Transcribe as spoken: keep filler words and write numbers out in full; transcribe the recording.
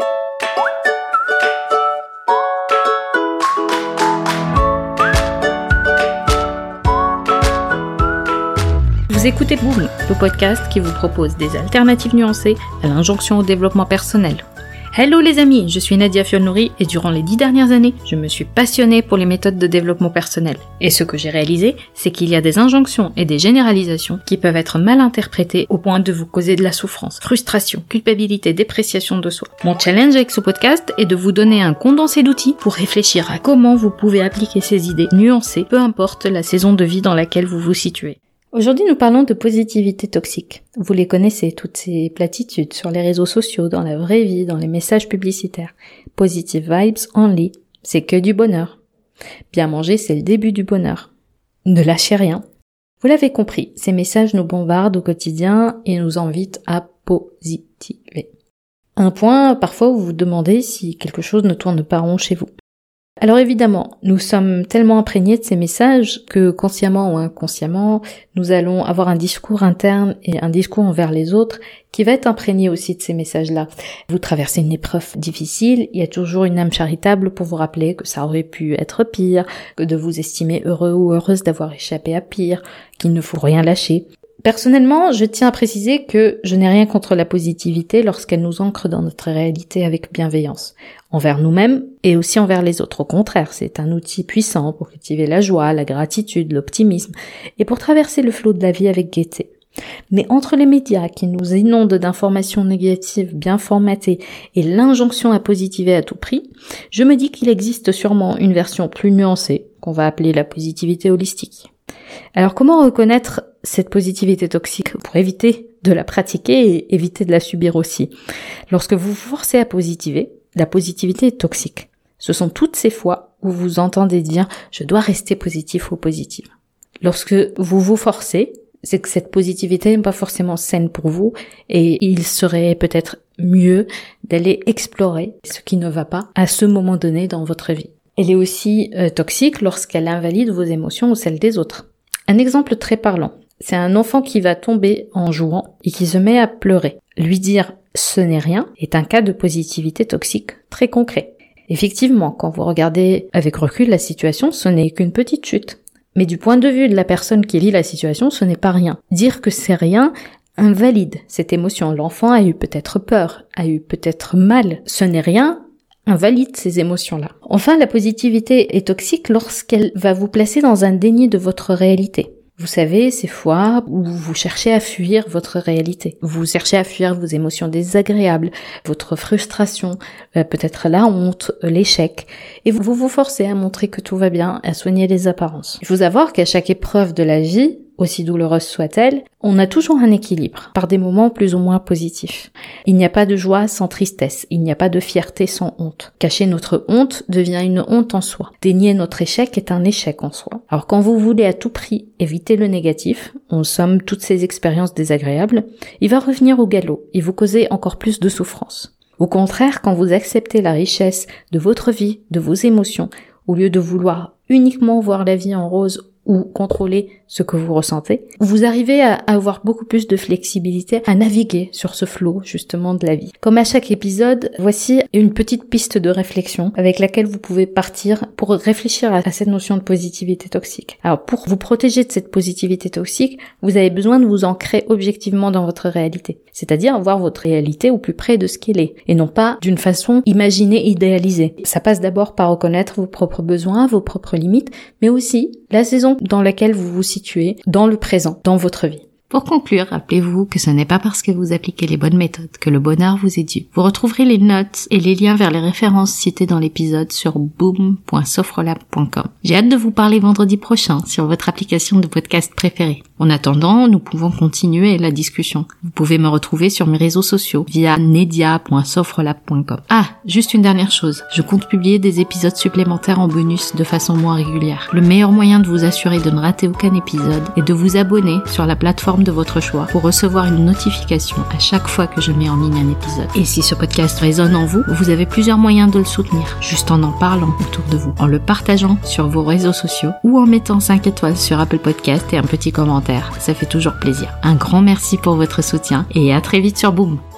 Vous écoutez Boom, le podcast qui vous propose des alternatives nuancées à l'injonction au développement personnel. Hello les amis, je suis Nadia Fiolnouri et durant les dix dernières années, je me suis passionnée pour les méthodes de développement personnel. Et ce que j'ai réalisé, c'est qu'il y a des injonctions et des généralisations qui peuvent être mal interprétées au point de vous causer de la souffrance, frustration, culpabilité, dépréciation de soi. Mon challenge avec ce podcast est de vous donner un condensé d'outils pour réfléchir à comment vous pouvez appliquer ces idées nuancées, peu importe la saison de vie dans laquelle vous vous situez. Aujourd'hui, nous parlons de positivité toxique. Vous les connaissez, toutes ces platitudes sur les réseaux sociaux, dans la vraie vie, dans les messages publicitaires. Positive vibes only, c'est que du bonheur. Bien manger, c'est le début du bonheur. Ne lâchez rien. Vous l'avez compris, ces messages nous bombardent au quotidien et nous invitent à positiver. Un point, parfois, où vous vous demandez si quelque chose ne tourne pas rond chez vous. Alors évidemment, nous sommes tellement imprégnés de ces messages que consciemment ou inconsciemment, nous allons avoir un discours interne et un discours envers les autres qui va être imprégné aussi de ces messages-là. Vous traversez une épreuve difficile, il y a toujours une âme charitable pour vous rappeler que ça aurait pu être pire, que de vous estimer heureux ou heureuse d'avoir échappé à pire, qu'il ne faut rien lâcher. Personnellement, je tiens à préciser que je n'ai rien contre la positivité lorsqu'elle nous ancre dans notre réalité avec bienveillance, envers nous-mêmes et aussi envers les autres. Au contraire, c'est un outil puissant pour cultiver la joie, la gratitude, l'optimisme et pour traverser le flot de la vie avec gaieté. Mais entre les médias qui nous inondent d'informations négatives bien formatées et l'injonction à positiver à tout prix, je me dis qu'il existe sûrement une version plus nuancée qu'on va appeler la positivité holistique. Alors comment reconnaître cette positivité toxique pour éviter de la pratiquer et éviter de la subir aussi? Lorsque vous vous forcez à positiver, la positivité est toxique. Ce sont toutes ces fois où vous entendez dire « je dois rester positif ou positive ». Lorsque vous vous forcez, c'est que cette positivité n'est pas forcément saine pour vous et il serait peut-être mieux d'aller explorer ce qui ne va pas à ce moment donné dans votre vie. Elle est aussi euh, toxique lorsqu'elle invalide vos émotions ou celles des autres. Un exemple très parlant, c'est un enfant qui va tomber en jouant et qui se met à pleurer. Lui dire « ce n'est rien » est un cas de positivité toxique très concret. Effectivement, quand vous regardez avec recul la situation, ce n'est qu'une petite chute. Mais du point de vue de la personne qui vit la situation, ce n'est pas rien. Dire que c'est rien invalide cette émotion. L'enfant a eu peut-être peur, a eu peut-être mal. Ce n'est rien invalide ces émotions-là. Enfin, la positivité est toxique lorsqu'elle va vous placer dans un déni de votre réalité. Vous savez, ces fois où vous cherchez à fuir votre réalité. Vous cherchez à fuir vos émotions désagréables, votre frustration, euh, peut-être la honte, l'échec. Et vous vous forcez à montrer que tout va bien, à soigner les apparences. Il faut savoir qu'à chaque épreuve de la vie, aussi douloureuse soit-elle, on a toujours un équilibre, par des moments plus ou moins positifs. Il n'y a pas de joie sans tristesse, il n'y a pas de fierté sans honte. Cacher notre honte devient une honte en soi. Dénier notre échec est un échec en soi. Alors quand vous voulez à tout prix éviter le négatif, en somme toutes ces expériences désagréables, il va revenir au galop et vous causer encore plus de souffrance. Au contraire, quand vous acceptez la richesse de votre vie, de vos émotions, au lieu de vouloir uniquement voir la vie en rose ou contrôler ce que vous ressentez, vous arrivez à avoir beaucoup plus de flexibilité à naviguer sur ce flot justement de la vie. Comme à chaque épisode, voici une petite piste de réflexion avec laquelle vous pouvez partir pour réfléchir à cette notion de positivité toxique. Alors pour vous protéger de cette positivité toxique, vous avez besoin de vous ancrer objectivement dans votre réalité, c'est-à-dire voir votre réalité au plus près de ce qu'elle est, et non pas d'une façon imaginée, idéalisée. Ça passe d'abord par reconnaître vos propres besoins, vos propres limites, mais aussi la saison dans laquelle vous vous situez, dans le présent, dans votre vie. Pour conclure, rappelez-vous que ce n'est pas parce que vous appliquez les bonnes méthodes que le bonheur vous est dû. Vous retrouverez les notes et les liens vers les références citées dans l'épisode sur boom point sofrolab point com. J'ai hâte de vous parler vendredi prochain sur votre application de podcast préférée. En attendant, nous pouvons continuer la discussion. Vous pouvez me retrouver sur mes réseaux sociaux via nedia point sofrolab point com. Ah, juste une dernière chose. Je compte publier des épisodes supplémentaires en bonus de façon moins régulière. Le meilleur moyen de vous assurer de ne rater aucun épisode est de vous abonner sur la plateforme de votre choix pour recevoir une notification à chaque fois que je mets en ligne un épisode. Et si ce podcast résonne en vous, vous avez plusieurs moyens de le soutenir, juste en en parlant autour de vous, en le partageant sur vos réseaux sociaux ou en mettant cinq étoiles sur Apple Podcast et un petit commentaire. Ça fait toujours plaisir. Un grand merci pour votre soutien et à très vite sur Boom.